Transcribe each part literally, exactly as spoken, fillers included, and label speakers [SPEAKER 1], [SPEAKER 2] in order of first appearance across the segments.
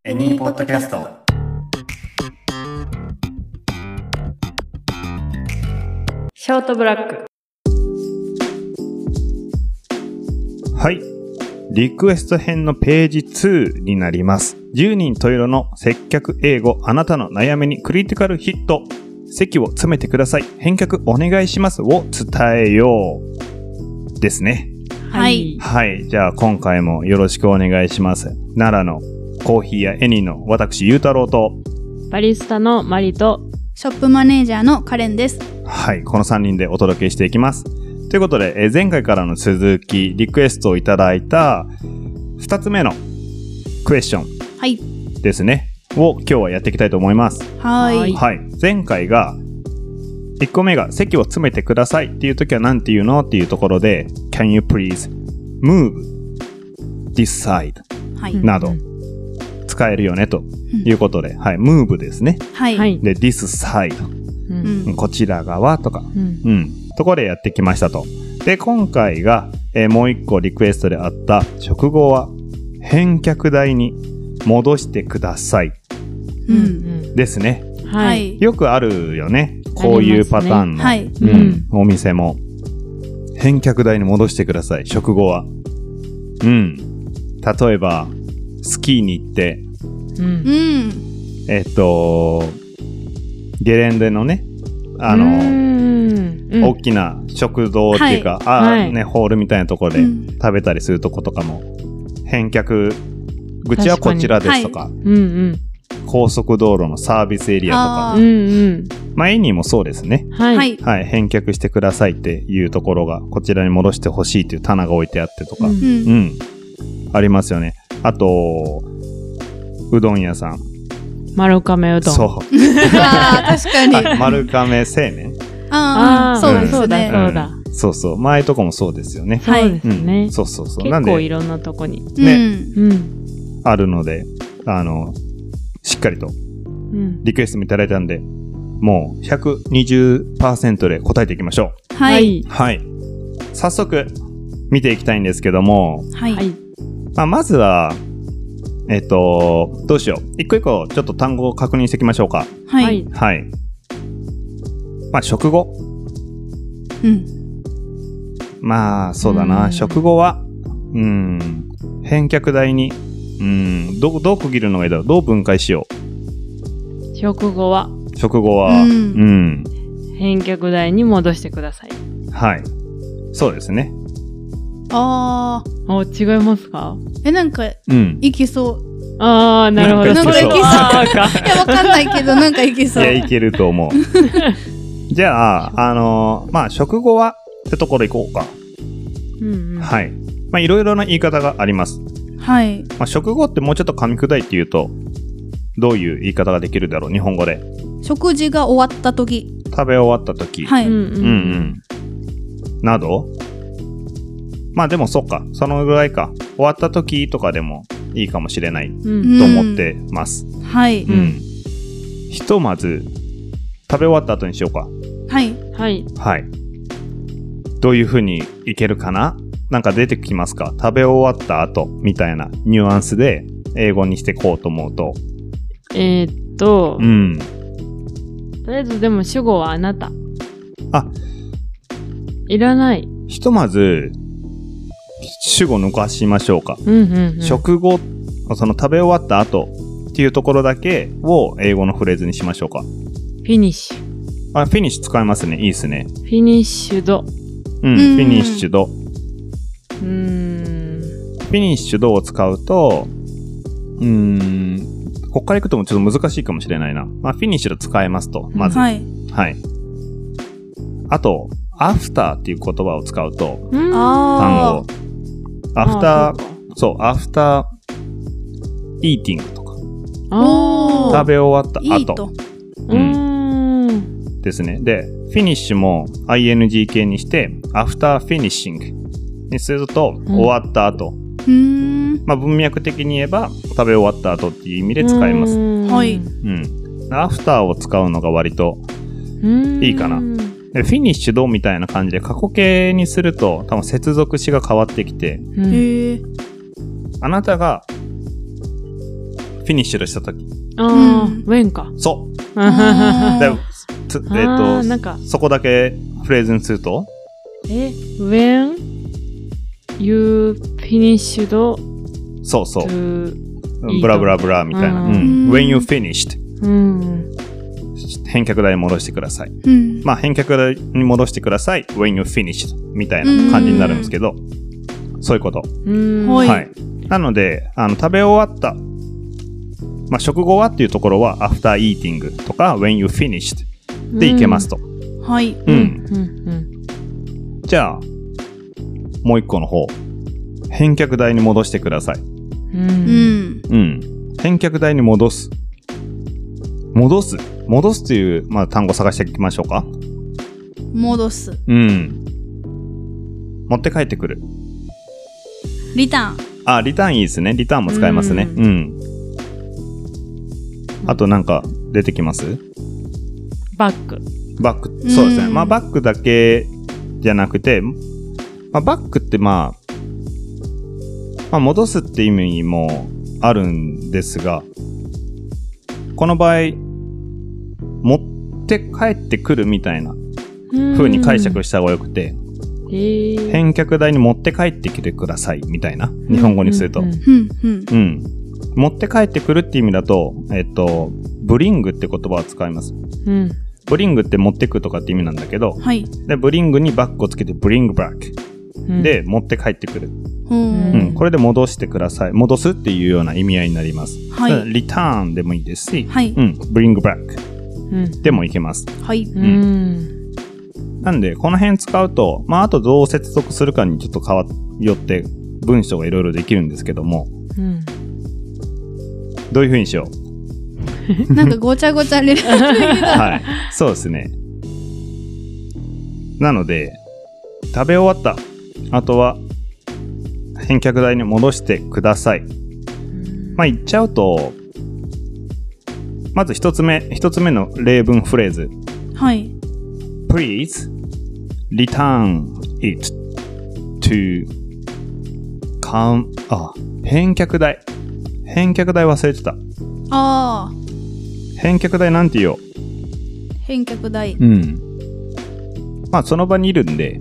[SPEAKER 1] エニーポッドキャスト。
[SPEAKER 2] ショートブラック。
[SPEAKER 3] はい。リクエスト編のページにになります。じゅうにん十色の接客英語、あなたの悩みにクリティカルヒット。席を詰めてください。返却お願いしますを伝えよう。ですね。
[SPEAKER 2] はい。
[SPEAKER 3] はい。じゃあ今回もよろしくお願いします。奈良のコーヒーやエニーの私、ゆうたろうと、
[SPEAKER 2] バリスタのマリと、
[SPEAKER 4] ショップマネージャーのカレンです。
[SPEAKER 3] はい。このさんにんでお届けしていきます。ということで、え前回からの続き、リクエストをいただいたふたつめのクエスチョン
[SPEAKER 4] はい
[SPEAKER 3] ですね。を今日はやっていきたいと思います。
[SPEAKER 4] はい。
[SPEAKER 3] はい。前回が、いっこめが席を詰めてくださいっていう時は何て言うのっていうところで、Can you please move this side、
[SPEAKER 4] はい、
[SPEAKER 3] など使えるよねということで、うん、はい。move ですね。
[SPEAKER 4] はい。
[SPEAKER 3] で、this side、うん、こちら側とか、うん、うん、ところでやってきましたと。で、今回が、えー、もう一個リクエストであった食後は返却台に戻してください、うん、ですね。
[SPEAKER 4] はい。
[SPEAKER 3] よくあるよね。こういうパターンの、ね、はい、うん、お店も返却台に戻してください。食後は、うん。例えばスキーに行って、うん、えっとゲレンデのね、あの、うん、大きな食堂っていうか、はい、あ、はい、ね、ホールみたいなところで食べたりするとことかも、うん、返却口はこちらですとか、はい、うんうん、高速道路のサービスエリアとか、うんうん、まあ、エニーもそうですね。はい、はい、返却してくださいっていうところがこちらに戻してほしいという棚が置いてあってとか、うん、うん、ありますよね。あとうどん屋さん、
[SPEAKER 2] 丸亀うどん。
[SPEAKER 3] そう。
[SPEAKER 4] ああ、確かに。
[SPEAKER 3] 丸亀製麺。
[SPEAKER 4] ああ、そうですね。
[SPEAKER 2] そうだ、そうだ、
[SPEAKER 3] うん。そうそう。前とこもそうですよね。
[SPEAKER 2] はい。そうですね、
[SPEAKER 3] うん。そうそうそう。
[SPEAKER 2] 結構いろんなとこに。
[SPEAKER 3] ね。うん。あるので、あの、しっかりと、リクエストもいただいたんで、もう ひゃくにじゅっパーセント で答えていきましょう。
[SPEAKER 4] はい。
[SPEAKER 3] はい。早速、見ていきたいんですけども、
[SPEAKER 4] はい。
[SPEAKER 3] まあ、まずは、えっと、どうしよう。一個一個ちょっと単語を確認していきましょうか。
[SPEAKER 4] はい。
[SPEAKER 3] はい。まあ、食後。
[SPEAKER 4] うん。
[SPEAKER 3] まあ、そうだな。食後は、うん、返却台に、うん、どう、どう区切るのがいいだろう。どう分解しよ
[SPEAKER 2] う。食後は。
[SPEAKER 3] 食後は、うん。うん、
[SPEAKER 2] 返却台に戻してください。
[SPEAKER 3] はい。そうですね。
[SPEAKER 4] あ
[SPEAKER 2] あ。お、違いますか？
[SPEAKER 4] え、なんか、うん、いきそう。
[SPEAKER 2] ああ、なるほど。
[SPEAKER 4] なんかいきそう。いや、わかんないけど、なんかいきそう。
[SPEAKER 3] いや、いけると思う。じゃあ、あのー、まあ、食後はってところ行こうか。うんうん、はい。まあ、いろいろな言い方があります。
[SPEAKER 4] はい。
[SPEAKER 3] まあ、食後ってもうちょっと噛み砕いて言うと、どういう言い方ができるだろう、日本語で。
[SPEAKER 4] 食事が終わった時。
[SPEAKER 3] 食べ終わった時。
[SPEAKER 4] はい。うん
[SPEAKER 3] うん。など。まあでもそっか、そのぐらいか。終わった時とかでもいいかもしれないと思ってます。
[SPEAKER 4] うん、はい。
[SPEAKER 3] うん。ひとまず、食べ終わった後にしようか。
[SPEAKER 4] はい。
[SPEAKER 2] はい。
[SPEAKER 3] はい。どういう風にいけるかな？なんか出てきますか？食べ終わった後みたいなニュアンスで英語にしてこうと思うと。
[SPEAKER 2] えー、っと、
[SPEAKER 3] うん。
[SPEAKER 2] とりあえずでも主語はあなた。
[SPEAKER 3] あ、
[SPEAKER 2] いらない。
[SPEAKER 3] ひとまず、主語抜かしましょうか。
[SPEAKER 2] うんうんうん、
[SPEAKER 3] 食後、その食べ終わった後っていうところだけを英語のフレーズにしましょうか。
[SPEAKER 2] フィニッシュ。
[SPEAKER 3] あ、フィニッシュ使いますね。いいですね。
[SPEAKER 2] フィニッシュド。
[SPEAKER 3] うん、フィニッシュド。
[SPEAKER 2] うーん。
[SPEAKER 3] フィニッシュドを使うと、うーん、こっから行くともちょっと難しいかもしれないな。まあ、フィニッシュド使えますと、まず。
[SPEAKER 4] はい。
[SPEAKER 3] はい。あと、アフターっていう言葉を使うと、
[SPEAKER 4] 単
[SPEAKER 3] 語。アフター、そう、アフター、イーティングとか。
[SPEAKER 4] あ
[SPEAKER 3] 食べ終わった後。
[SPEAKER 4] いいと。
[SPEAKER 3] うん。ですね。で、フィニッシュも アイエヌジー 形にして、アフターフィニッシングにすると、うん、終わった後。
[SPEAKER 4] うーん。
[SPEAKER 3] まあ、文脈的に言えば、食べ終わった後っていう意味で使います。
[SPEAKER 4] はい。
[SPEAKER 3] うん。アフターを使うのが割といいかな。でフィニッシュドみたいな感じで過去形にすると多分接続詞が変わってきて、
[SPEAKER 4] へー、
[SPEAKER 3] あなたがフフィニッシュしたとき。
[SPEAKER 2] ああ、
[SPEAKER 4] うん
[SPEAKER 2] when か。
[SPEAKER 3] そう。
[SPEAKER 4] あ
[SPEAKER 3] で、つえっ、
[SPEAKER 2] あーなん
[SPEAKER 3] と、
[SPEAKER 2] か
[SPEAKER 3] そこだけフレーズにすると、
[SPEAKER 2] え、when you finished
[SPEAKER 3] そうそう。
[SPEAKER 2] to
[SPEAKER 3] ブラブラブラみたいな。
[SPEAKER 2] う
[SPEAKER 3] うんん。when you finished。
[SPEAKER 2] うん。
[SPEAKER 3] 返却台に戻してください。
[SPEAKER 4] うん。
[SPEAKER 3] まあ、返却台に戻してください。when you finished みたいな感じになるんですけど、そういうこと。
[SPEAKER 2] うん。
[SPEAKER 4] はい
[SPEAKER 3] はい。なので、あの、食べ終わった。まあ、食後はっていうところは after eating とか when you finished でいけますと。
[SPEAKER 4] はい。
[SPEAKER 3] う。
[SPEAKER 2] うんん。うん。
[SPEAKER 3] じゃあ、もう一個の方。返却台に戻してください。
[SPEAKER 2] う。
[SPEAKER 4] うんん。
[SPEAKER 3] うん。返却台に戻す。戻す。戻すという、まあ、単語探していきましょうか。
[SPEAKER 4] 戻す。
[SPEAKER 3] うん。持って帰ってくる。
[SPEAKER 4] リターン。
[SPEAKER 3] あ、リターンいいですね。リターンも使えますね。
[SPEAKER 2] う
[SPEAKER 3] うん。あとなんか出てきます？
[SPEAKER 2] バック。
[SPEAKER 3] バック。そうですね。
[SPEAKER 4] うん
[SPEAKER 3] まあ、バックだけじゃなくて、まあ、バックってまあ、まあ、戻すって意味もあるんですが、この場合、持って帰ってくるみたいな風に解釈した方がよくて、
[SPEAKER 2] えー、
[SPEAKER 3] 返却台に持って帰ってきてくださいみたいな、日本語にすると。うんん
[SPEAKER 2] ううん
[SPEAKER 4] うん。うん。
[SPEAKER 3] 持って帰ってくるって意味だと、えっと、ブリングって言葉を使います。
[SPEAKER 2] うん。
[SPEAKER 3] ブリングって持ってくとかって意味なんだけど、
[SPEAKER 4] はい。
[SPEAKER 3] で、ブリングにバックをつけてブリングバック。
[SPEAKER 2] うん、
[SPEAKER 3] で、持って帰ってくる。
[SPEAKER 4] う。
[SPEAKER 3] うんん。これで戻してください。戻すっていうような意味合いになります。
[SPEAKER 4] はい。
[SPEAKER 3] リターンでもいいですし、
[SPEAKER 4] はい。
[SPEAKER 3] うん。ブリングバック
[SPEAKER 2] うん、
[SPEAKER 3] でもいけます。
[SPEAKER 4] はい。
[SPEAKER 2] うん。
[SPEAKER 3] なんで、この辺使うと、まあ、あとどう接続するかにちょっと変わっよって文章がいろいろできるんですけども、
[SPEAKER 2] うん。
[SPEAKER 3] どういう風にしよう？
[SPEAKER 4] なんかごちゃごちゃ連絡
[SPEAKER 3] はい。そうですね。なので、食べ終わった。あとは、返却台に戻してください。まあ、言っちゃうと、まず一つ目、一つ目の例文フレーズ。
[SPEAKER 4] はい。
[SPEAKER 3] Please return it to count, あ、返却台。返却台忘れてた。
[SPEAKER 4] ああ。
[SPEAKER 3] 返却台なんて言おう。
[SPEAKER 4] 返却台。
[SPEAKER 3] うん。まあ、その場にいるんで、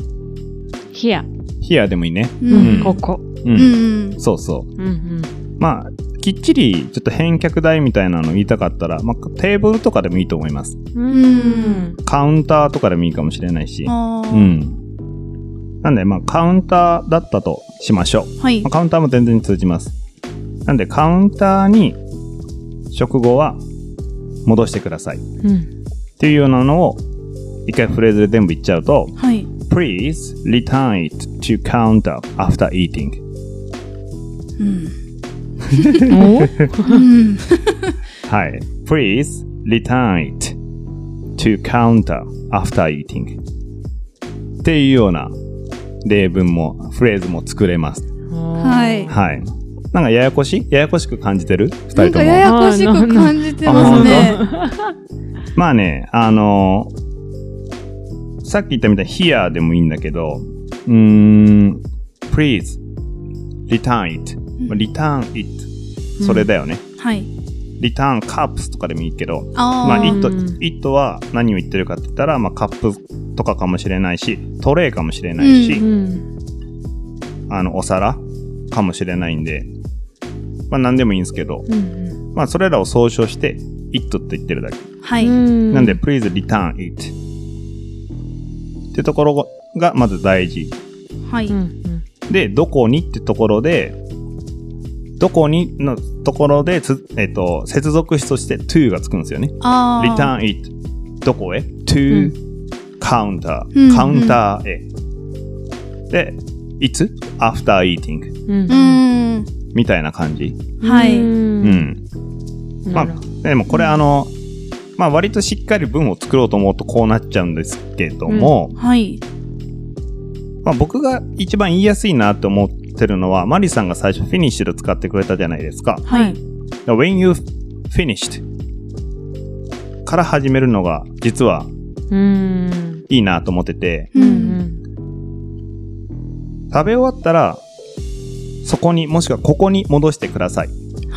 [SPEAKER 2] here。
[SPEAKER 3] here でもいいね。
[SPEAKER 4] う
[SPEAKER 2] うん。
[SPEAKER 4] ん。
[SPEAKER 3] こ
[SPEAKER 2] ここ。
[SPEAKER 3] う。
[SPEAKER 4] うんん。
[SPEAKER 3] そうそう。
[SPEAKER 2] うん。うん。
[SPEAKER 3] まあ、きっちりちょっと返却台みたいなの言いたかったら、まあ、テーブルとかでもいいと思います。
[SPEAKER 2] うん。
[SPEAKER 3] カウンターとかでもいいかもしれないし。
[SPEAKER 4] ああ。
[SPEAKER 3] う。ん。なんで、まあ、カウンターだったとしましょう。
[SPEAKER 4] はい
[SPEAKER 3] まあ、。カウンターも全然通じます。なんで、カウンターに食後は戻してください。っ
[SPEAKER 2] うん。
[SPEAKER 3] ていうようなのを一回フレーズで全部言っちゃうと、
[SPEAKER 4] はい。
[SPEAKER 3] Please return it to counter after eating.
[SPEAKER 4] うん。
[SPEAKER 2] お
[SPEAKER 4] うん。
[SPEAKER 3] はい。Please return it to counter after eating. っていうような例文もフレーズも作れます。
[SPEAKER 4] はい。
[SPEAKER 3] はい。なんかややこしいややこしく感じてる二人とも。
[SPEAKER 4] なんかややこしく感じてますね。
[SPEAKER 3] まあね、あのーさっき言ったみたいに here でもいいんだけど、うーん、please return it。return it。それだよね。
[SPEAKER 4] はい。
[SPEAKER 3] return cups とかでもいいけど、
[SPEAKER 4] ああ。
[SPEAKER 3] まあ、
[SPEAKER 2] い
[SPEAKER 3] it,
[SPEAKER 2] うん
[SPEAKER 3] it は何を言ってるかって言ったら、まあ、カップとかかもしれないし、トレイかもしれないし、
[SPEAKER 2] うん。
[SPEAKER 3] あの、お皿かもしれないんで、まあ、何でもいいんですけど、
[SPEAKER 2] うん。
[SPEAKER 3] まあ、それらを総称して、it って言ってるだけ。
[SPEAKER 4] はい。
[SPEAKER 2] うん。
[SPEAKER 3] なんで、please return it。ってところがまず大事。
[SPEAKER 4] はい。
[SPEAKER 2] うん。うん。
[SPEAKER 3] で、どこにってところで、どこにのところでつ、えっと、接続詞として to がつくんですよね。
[SPEAKER 4] ああ。
[SPEAKER 3] return it。どこへ ?to、
[SPEAKER 2] う
[SPEAKER 3] counter。
[SPEAKER 4] うん
[SPEAKER 3] カウンターへ。で、いつ ?after eating。
[SPEAKER 2] うん。
[SPEAKER 4] うーん。
[SPEAKER 3] みたいな感じ。
[SPEAKER 4] はい。
[SPEAKER 3] う
[SPEAKER 2] うん。
[SPEAKER 3] ん。まあ
[SPEAKER 2] なるほど、
[SPEAKER 3] でもこれあの、まあ割としっかり文を作ろうと思うとこうなっちゃうんですけども、
[SPEAKER 4] はい。
[SPEAKER 3] まあ僕が一番言いやすいなって思ってるのは、マリさんが最初 finished 使ってくれたじゃないですか。
[SPEAKER 4] はい。
[SPEAKER 3] when you finished から始めるのが実は
[SPEAKER 2] うん。
[SPEAKER 3] いいなと思ってて、
[SPEAKER 2] う。
[SPEAKER 4] うん
[SPEAKER 2] ん。
[SPEAKER 3] 食べ終わったらそこにもしくはここに戻してください。
[SPEAKER 4] はい。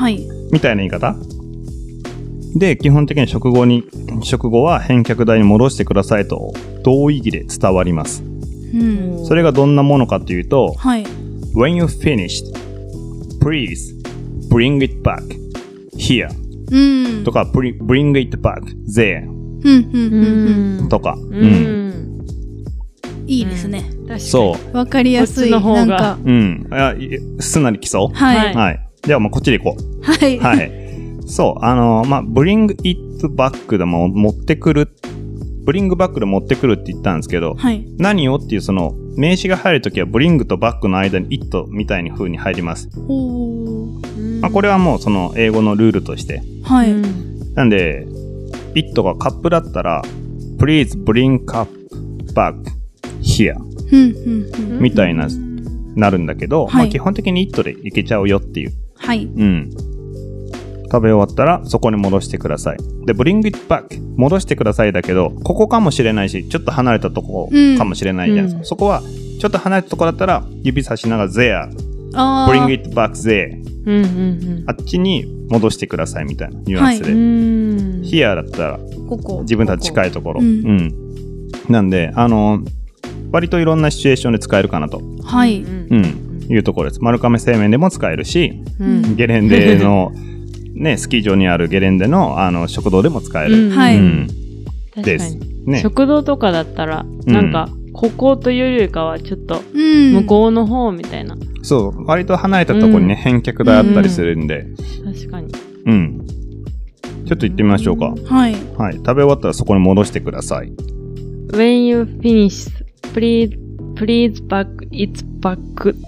[SPEAKER 3] みたいな言い方で、基本的に食後に、食後は返却台に戻してくださいと同意義で伝わります。
[SPEAKER 4] うん。
[SPEAKER 3] それがどんなものかというと、
[SPEAKER 4] はい。
[SPEAKER 3] When you finished, please bring it back here
[SPEAKER 4] うん。
[SPEAKER 3] とか bring, bring it back there
[SPEAKER 4] うんうんうんうん。
[SPEAKER 3] とか、
[SPEAKER 2] う
[SPEAKER 3] うん
[SPEAKER 2] ん。
[SPEAKER 4] いいですね。
[SPEAKER 2] 確かに。
[SPEAKER 3] そう。
[SPEAKER 4] わかりやすい。
[SPEAKER 2] こっちの方が
[SPEAKER 4] なんか。
[SPEAKER 3] うん。あいすんなり来そう
[SPEAKER 4] はい。
[SPEAKER 3] はい。では、まあ、こっちで行こう。
[SPEAKER 4] はい。
[SPEAKER 3] はい。そう。あの、まあ、bring it back でも持ってくる、bring back で持ってくるって言ったんですけど、
[SPEAKER 4] はい。
[SPEAKER 3] 何をっていうその、名詞が入るときは bring と back の間に it みたいに風に入ります。
[SPEAKER 4] おー。
[SPEAKER 3] まあ、これはもうその英語のルールとして。
[SPEAKER 4] はい。
[SPEAKER 3] なんで、it がカップだったら、please bring cup back here
[SPEAKER 4] うんうんうん。
[SPEAKER 3] みたいな、なるんだけど、
[SPEAKER 4] はい
[SPEAKER 3] まあ基本的に it でいけちゃうよっていう。
[SPEAKER 4] はい。
[SPEAKER 3] うん。食べ終わったらそこに戻してください。で、bring it back 戻してくださいだけど、ここかもしれないし、ちょっと離れたとこかもしれないじゃないですか。
[SPEAKER 2] うん
[SPEAKER 3] そこは、ちょっと離れたとこだったら、指差しながら there、
[SPEAKER 4] あー。
[SPEAKER 3] bring it back there、
[SPEAKER 2] うんうん
[SPEAKER 3] あっちに戻してくださいみたいなニュアンスで。
[SPEAKER 2] うん。うん。
[SPEAKER 3] here だったら、
[SPEAKER 4] ここ。
[SPEAKER 3] 自分たち近
[SPEAKER 4] い。
[SPEAKER 3] いところ。
[SPEAKER 4] う
[SPEAKER 3] うんん。なんで、あの、割といろんなシチュエーションで使えるかなと、
[SPEAKER 4] はい。
[SPEAKER 3] うん、いうところです。丸亀製麺でも使えるし、
[SPEAKER 2] うん。
[SPEAKER 3] ゲレンデの、ね、スキー場にあるゲレンデの、あの、食堂でも使える。
[SPEAKER 2] うん
[SPEAKER 4] はい
[SPEAKER 3] うん。
[SPEAKER 2] 確か
[SPEAKER 3] です
[SPEAKER 2] に。
[SPEAKER 3] ね。
[SPEAKER 2] 食堂とかだったら、なんか、ここというよりかはちょっと、
[SPEAKER 4] うん。
[SPEAKER 2] 向こうの方みたいな。
[SPEAKER 3] そう、割と離れたところにね、
[SPEAKER 2] うん
[SPEAKER 3] 返却台あったりするんで、
[SPEAKER 2] 確かに。
[SPEAKER 3] うん。ちょっと行ってみましょうか。
[SPEAKER 4] はい。
[SPEAKER 3] はい。食べ終わったらそこに戻してください。
[SPEAKER 2] When you finish, please, please back it back.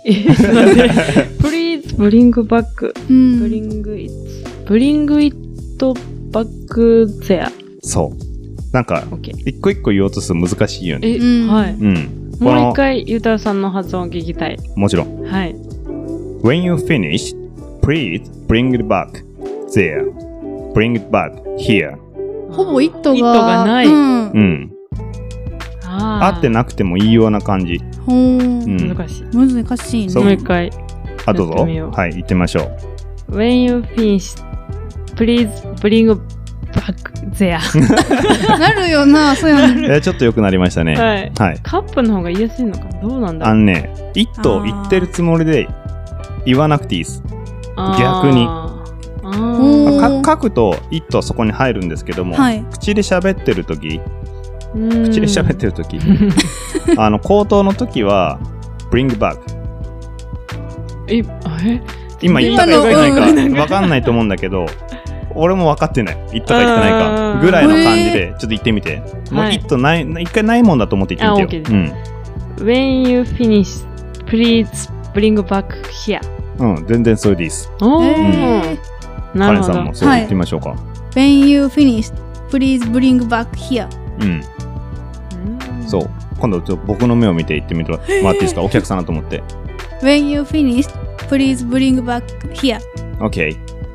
[SPEAKER 2] Please bring back,
[SPEAKER 4] うん。
[SPEAKER 2] bring it, bring it back there.
[SPEAKER 3] そう。なんか、
[SPEAKER 2] OK。
[SPEAKER 3] 一個一個言おうとすると難しいよね。
[SPEAKER 2] え、
[SPEAKER 4] うん
[SPEAKER 2] はい。
[SPEAKER 3] うん。
[SPEAKER 2] もう一回、ゆうたろうさんの発音を聞きたい。
[SPEAKER 3] もちろん。
[SPEAKER 2] はい。
[SPEAKER 3] When you finish, please bring it back there. Bring it back here.
[SPEAKER 4] ほぼイットが。
[SPEAKER 2] イットがない
[SPEAKER 4] うん
[SPEAKER 3] う。ん。
[SPEAKER 2] あ
[SPEAKER 3] 合ってなくてもいいような感じ。
[SPEAKER 4] ほー。
[SPEAKER 3] うん
[SPEAKER 2] 難しい。
[SPEAKER 4] 難しいね。
[SPEAKER 3] そう
[SPEAKER 2] もう一回。
[SPEAKER 3] あ、どうぞ。
[SPEAKER 2] やってみよう
[SPEAKER 3] はい、行ってみましょう。
[SPEAKER 2] When you finish, please bring back there.
[SPEAKER 4] なるよな、そうやね。
[SPEAKER 3] えーちょっと良くなりましたね。
[SPEAKER 2] はい。
[SPEAKER 3] はい。
[SPEAKER 2] カップの方が言いやすいのかな、どうなんだろう。
[SPEAKER 3] あのね、it を言ってるつもりで言わなくていいです。逆に
[SPEAKER 2] あーあ
[SPEAKER 4] お
[SPEAKER 2] ー
[SPEAKER 3] か書くと it はそこに入るんですけども、
[SPEAKER 4] はい。
[SPEAKER 3] 口で喋ってる時、
[SPEAKER 2] うん
[SPEAKER 3] 口で喋ってる時、あの、口頭の時は bring back。
[SPEAKER 2] え、あえ
[SPEAKER 3] 今言ったか言って
[SPEAKER 2] 今の
[SPEAKER 3] ないか分かんないと思うんだけど、俺も分かってない。言ったか言ってないか
[SPEAKER 2] うん
[SPEAKER 3] ぐらいの感じで、ちょっと言ってみて。もう
[SPEAKER 2] はい
[SPEAKER 3] it ない、一回ないもんだと思って言ってみてよ。
[SPEAKER 2] あ OK
[SPEAKER 3] うん。
[SPEAKER 2] When you finish, please bring back here.
[SPEAKER 3] うん、全然それでいいです。
[SPEAKER 2] おー、
[SPEAKER 4] え
[SPEAKER 2] なるほど
[SPEAKER 3] カレンさんも。そう言ってみましょうか。
[SPEAKER 4] When you finish, please bring back here.
[SPEAKER 3] うん。
[SPEAKER 2] うん
[SPEAKER 3] そう。今度ちょっと僕の目を見て言ってみてもらっていいですか？お客さんだと思って。
[SPEAKER 4] When you finish, please bring back here.
[SPEAKER 3] OK。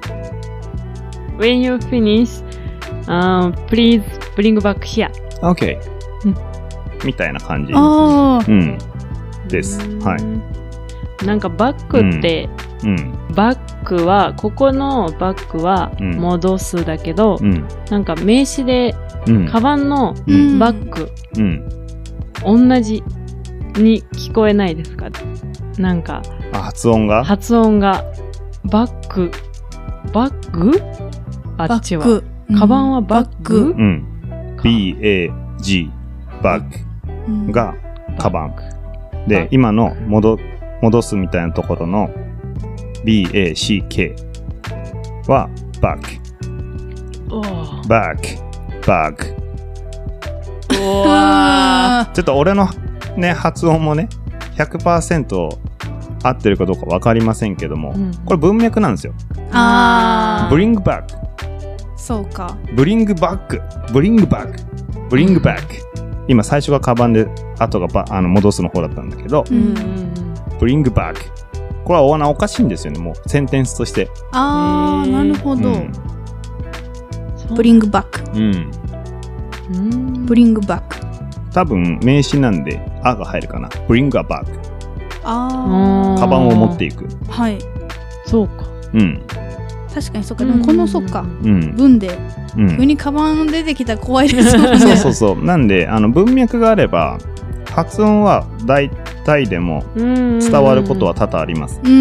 [SPEAKER 2] When you finish, um, please bring back here.
[SPEAKER 3] OK
[SPEAKER 2] うん。
[SPEAKER 3] みたいな感じ。
[SPEAKER 4] ああ。
[SPEAKER 3] うん。です。はい。
[SPEAKER 2] い。なんかバックって、
[SPEAKER 3] うん。
[SPEAKER 2] バックは、ここのバックは
[SPEAKER 3] うん
[SPEAKER 2] 戻すだけど、
[SPEAKER 3] うん。
[SPEAKER 2] なんか名詞で、
[SPEAKER 3] うん。
[SPEAKER 2] カバンの
[SPEAKER 3] うん
[SPEAKER 2] バック、
[SPEAKER 3] うん。
[SPEAKER 2] 同じに聞こえないですか？なんか、
[SPEAKER 3] あ、発音が
[SPEAKER 2] 発音が、バック、バッグあっちは。
[SPEAKER 4] バック。
[SPEAKER 2] カバンはバッグ
[SPEAKER 3] うん。B A G バッ
[SPEAKER 4] うん
[SPEAKER 3] グがカバン。
[SPEAKER 2] バッ
[SPEAKER 3] で
[SPEAKER 2] グ、
[SPEAKER 3] 今の戻、戻すみたいなところの B A C K はバック。
[SPEAKER 2] おー
[SPEAKER 3] バック。バッグ。
[SPEAKER 2] うわ
[SPEAKER 3] ちょっと俺のね、発音もね、ひゃくパーセント合ってるかどうか分かりませんけども、
[SPEAKER 2] うん
[SPEAKER 3] これ文脈なんですよ。
[SPEAKER 4] ああ。
[SPEAKER 3] bring back,
[SPEAKER 4] そうか。
[SPEAKER 3] bring back, bring back, bring back。今最初がカバンで、後がばあの戻すの方だったんだけど、
[SPEAKER 2] ーうんうんうん
[SPEAKER 3] bring back。これはおなおかしいんですよね、もうセンテンスとして。
[SPEAKER 4] ああ、
[SPEAKER 2] へー
[SPEAKER 4] なるほど。
[SPEAKER 3] うん
[SPEAKER 2] そう
[SPEAKER 4] bring back,
[SPEAKER 3] うん。
[SPEAKER 2] うん
[SPEAKER 4] bring back。
[SPEAKER 3] 多分名詞なんで、あが入るかな。bring a back。
[SPEAKER 4] あ
[SPEAKER 2] あー
[SPEAKER 3] カバンを持っていく。
[SPEAKER 4] あ。はい。
[SPEAKER 2] そうか。
[SPEAKER 3] うん。
[SPEAKER 4] 確かにそっか。でもこのそっか。
[SPEAKER 3] うん。
[SPEAKER 4] 文で。
[SPEAKER 3] うん。
[SPEAKER 4] 急にカバン出てきたら怖いですもんね。
[SPEAKER 3] そうそうそう。なんで、あの、文脈があれば、発音は大体でも伝わることは多々あります。
[SPEAKER 4] うん。うん。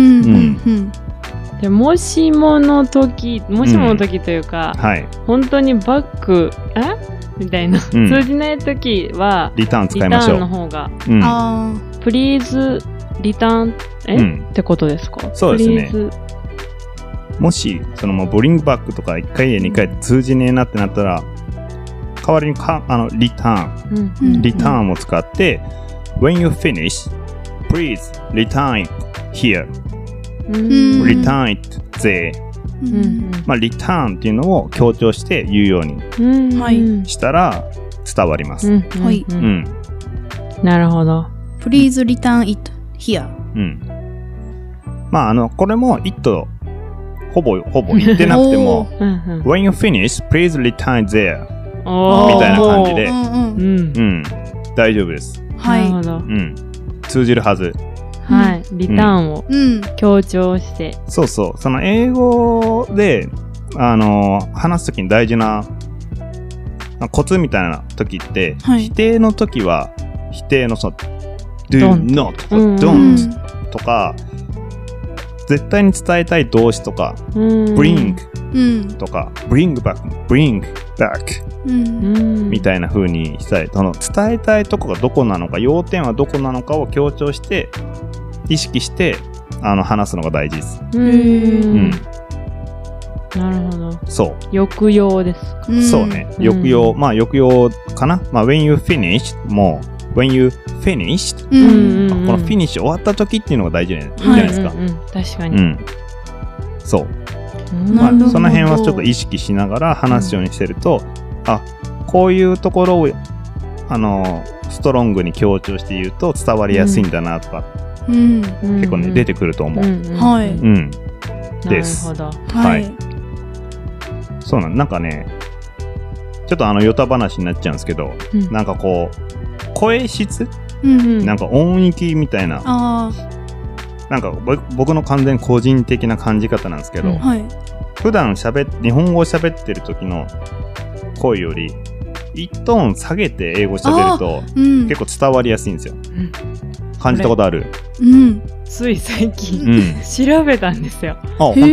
[SPEAKER 4] うん。
[SPEAKER 2] でもしもの時、もしもの時というか、
[SPEAKER 3] うん、はい。
[SPEAKER 2] 本当にバック、えみたいな、うん、通じない時は、
[SPEAKER 3] リターン使いましょう。
[SPEAKER 2] リターンの方が。
[SPEAKER 3] うん、
[SPEAKER 4] あ
[SPEAKER 2] プリーズ、リターン、え、うん、ってことですか？
[SPEAKER 3] そうですね。もし、そのもうブリングバックとかいっかいやにかい通じねえなってなったら、代わりにかあのリターン、うん、リターンを使って、うん、When you finish, please return it here.
[SPEAKER 2] うん、
[SPEAKER 3] return it there. うん、まあ、リターンっていうのを強調して言うようにしたら伝わります。
[SPEAKER 4] うん、はい。うん。
[SPEAKER 2] なるほど。
[SPEAKER 4] Please return it here.
[SPEAKER 3] うん。まあ、あの、これも it ほぼ、ほぼ言ってなくても、When you finish, please return there. みたいな感じで、うん、うん、大丈夫です。
[SPEAKER 4] はい。
[SPEAKER 2] なるほど。
[SPEAKER 3] うん。通じるはず。
[SPEAKER 2] はい。リターンを強調して。
[SPEAKER 3] うん、そうそう。その英語で、あの、話すときに大事なコツみたいなときって、はい、否定のときは、否定のその、do not とか don't とか、絶対に伝えたい動詞とか、bring とか、bring back, bring back みたいな風にしたい。その伝えたいとこがどこなのか、要点はどこなのかを強調して、意識してあの話すのが大事です。
[SPEAKER 2] うん。うん、なるほど。
[SPEAKER 3] そう。
[SPEAKER 2] 抑揚ですか。
[SPEAKER 3] そうね。抑揚、まあ抑揚かな。まあ when you finish もう when you finished、うん、この finish 終わった時っていうのが大事じゃないですか。
[SPEAKER 2] うんうんうん、確かに。
[SPEAKER 3] うん。そう。まあその辺はちょっと意識しながら話すようにしてると、うん、あ、こういうところをあのストロングに強調して言うと伝わりやすいんだなとか。うん、結構ね、うん、出てくると思う。うんうん、
[SPEAKER 4] はい。
[SPEAKER 3] うん。です。
[SPEAKER 2] なるほど。
[SPEAKER 3] はい。そうなん、なんかね、ちょっとあの、ヨタ話になっちゃうんですけど、うん、なんかこう、声質、うんうん、なんか音域みたいな、あなんか僕の完全個人的な感じ方なんですけど、うんはい、普段喋っ、日本語を喋ってる時の声より、一トーン下げて英語喋ると、うん、結構伝わりやすいんですよ。うん感じたことある？
[SPEAKER 2] うん。つい最近、うん、調べたんですよ。
[SPEAKER 3] あ、本当？うん、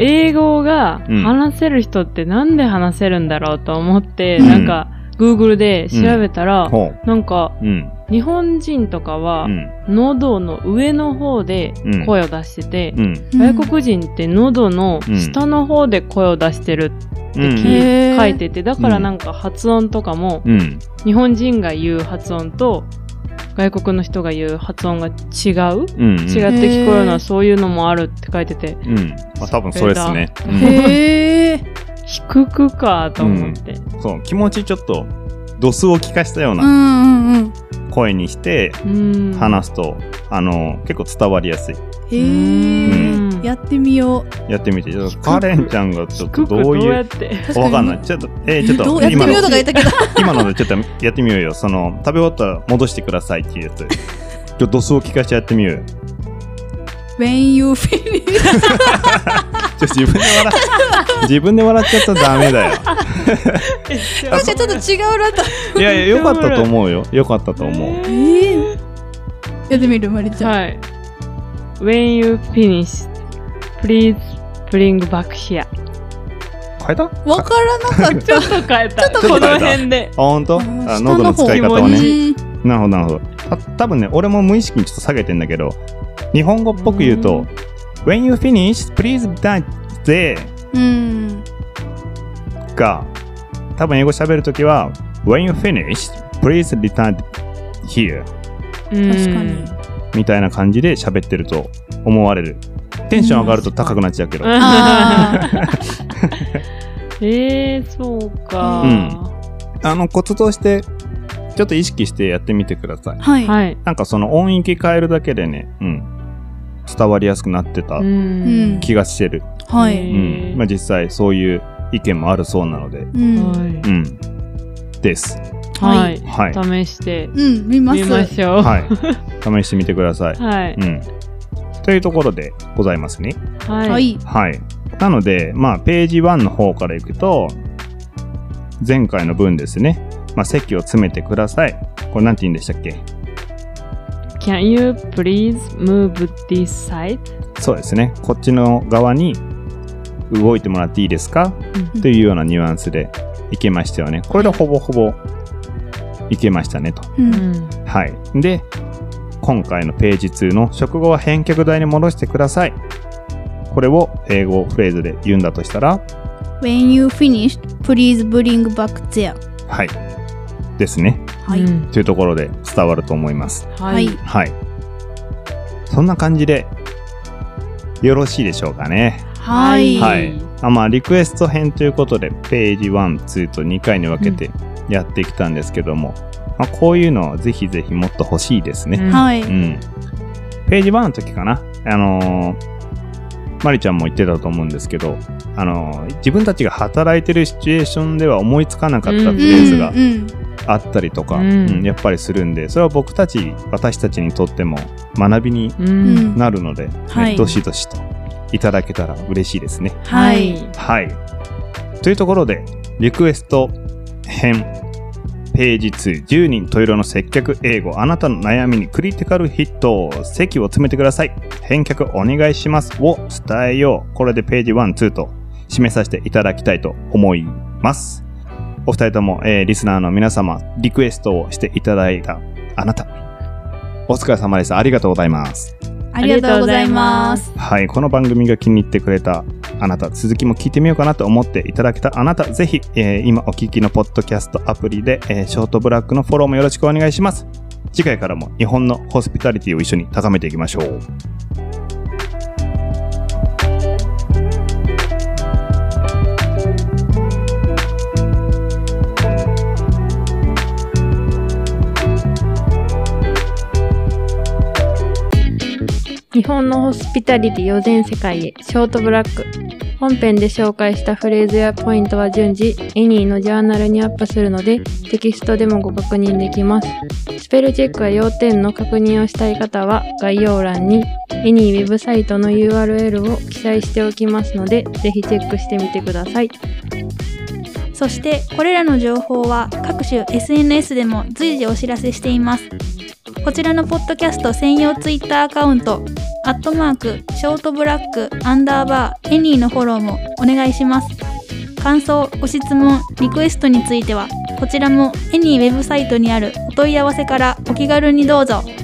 [SPEAKER 2] 英語が話せる人ってなんで話せるんだろうと思って、うん、なんか、Google で調べたら、うん、なんか、うん、日本人とかは、うん、喉の上の方で声を出してて、うん、外国人って喉の下の方で声を出してるって聞い、書いてて、だからなんか発音とかも、うん、日本人が言う発音と、外国の人が言う発音が違う、うんうん、違って聞こえるのはそういうのもあるって書いてて、
[SPEAKER 3] うん、まあ、多分それですね。
[SPEAKER 4] へー
[SPEAKER 2] 低くかと思って、
[SPEAKER 3] うん、そう気持ちちょっとドスを聞かしたような声にして話すと、あの結構伝わりやすい。
[SPEAKER 4] へー、うん、やってみよ
[SPEAKER 3] う。やってみて。ちょっとカレンちゃんがちょっとどういう
[SPEAKER 2] どうやって
[SPEAKER 3] わかんない。ちょっとえー、ちょっと
[SPEAKER 4] 今のやってみようとか言ったけど
[SPEAKER 3] 今のでちょっとやってみようよ。その食べ終わったら戻してくださいっていうやつ。ちょっとドスを聞かしてやってみようよ。
[SPEAKER 4] When you finish
[SPEAKER 3] ちょ自分で笑自分で笑っちゃったらダメだよ。
[SPEAKER 4] なんかちょっと違うなと。
[SPEAKER 3] いやいや良かったと思うよ。良かったと思う。え
[SPEAKER 4] ー、やってみるまりちゃん。
[SPEAKER 2] はい。When you finish, please bring back here.
[SPEAKER 3] 変えた？
[SPEAKER 4] わからなかった。
[SPEAKER 2] ちょっと変えた。この辺で。
[SPEAKER 3] あ、ほんと？あ、喉の使い方をね。なるほど、なるほど。た多分ね、俺も無意識にちょっと下げてんだけど、日本語っぽく言うと、When you finish, please return there. が、多分英語喋るときは、When you finish, please return here.
[SPEAKER 4] 確かに。
[SPEAKER 3] みたいな感じで喋ってると思われる。テンション上がると高くなっちゃうけど。
[SPEAKER 2] えー、そうか、うん。
[SPEAKER 3] あの、コツとして、ちょっと意識してやってみてください。
[SPEAKER 4] はい。
[SPEAKER 3] なんかその音域変えるだけでね、うん。伝わりやすくなってた気がしてる。
[SPEAKER 4] はい。
[SPEAKER 3] うん。まあ実際そういう意見もあるそうなので。うん。うん。です。
[SPEAKER 2] はい。はい。試して。
[SPEAKER 4] うん、見ます。
[SPEAKER 2] 見ましょう。
[SPEAKER 3] はい。試してみてください。
[SPEAKER 2] はい。
[SPEAKER 3] うん。というところでございますね。
[SPEAKER 2] はい。
[SPEAKER 3] はい。 なので、まあ、ページワンの方からいくと、前回の文ですね。まあ、席を詰めてください。これなんて言うんでしたっけ？
[SPEAKER 2] Can you please move this side?
[SPEAKER 3] そうですね。こっちの側に動いてもらっていいですか、うん、というようなニュアンスでいけましたよね。これでほぼほぼいけましたねと。うん、はい。で、今回のページツーの食後は返却台に戻してください。これを英語フレーズで言うんだとしたら
[SPEAKER 4] When you finish, please bring back there.
[SPEAKER 3] はい。ですね。はい。というところで伝わると思います。
[SPEAKER 4] はい。
[SPEAKER 3] はい。そんな感じでよろしいでしょうかね。
[SPEAKER 4] はい。
[SPEAKER 3] はい。あ、まあ、リクエスト編ということで、ページワン、ツーとにかいに分けてやってきたんですけども、うんまあ、こういうのをぜひぜひもっと欲しいですね。
[SPEAKER 4] はい。
[SPEAKER 3] うん。ページワンの時かな。あのー、マリちゃんも言ってたと思うんですけど、あのー、自分たちが働いてるシチュエーションでは思いつかなかったフレーズがあったりとか、うんうんうん、やっぱりするんで、それは僕たち、私たちにとっても学びになるので、うんねはい、どしどしといただけたら嬉しいですね。
[SPEAKER 4] はい。
[SPEAKER 3] はい。というところで、リクエスト編、ページツー、じゅうにん十色の接客英語、あなたの悩みにクリティカルヒット、席を詰めてください。返却お願いしますを伝えよう。これでページワン、ツーと締めさせていただきたいと思います。お二人とも、えー、リスナーの皆様、リクエストをしていただいたあなた、お疲れ様です。ありがとうございます。
[SPEAKER 4] ありがとうございます。
[SPEAKER 3] はい、この番組が気に入ってくれたあなた、続きも聞いてみようかなと思っていただけたあなた、ぜひ、えー、今お聞きのポッドキャストアプリで、えー、ショートブラックのフォローもよろしくお願いします。次回からも日本のホスピタリティを一緒に高めていきましょう。
[SPEAKER 2] 日本のホスピタリティを全世界へ、ショートブラック。本編で紹介したフレーズやポイントは順次、エニーのジャーナルにアップするので、テキストでもご確認できます。スペルチェックや要点の確認をしたい方は、概要欄にエニーウェブサイトの ユーアールエル を記載しておきますので、ぜひチェックしてみてください。
[SPEAKER 4] そして、これらの情報は各種 エスエヌエス でも随時お知らせしています。こちらのポッドキャスト専用ツイッターアカウント、アットマーク、ショートブラック、アンダーバー、エニーのフォローもお願いします。感想、ご質問、リクエストについては、こちらもエニーウェブサイトにあるお問い合わせからお気軽にどうぞ。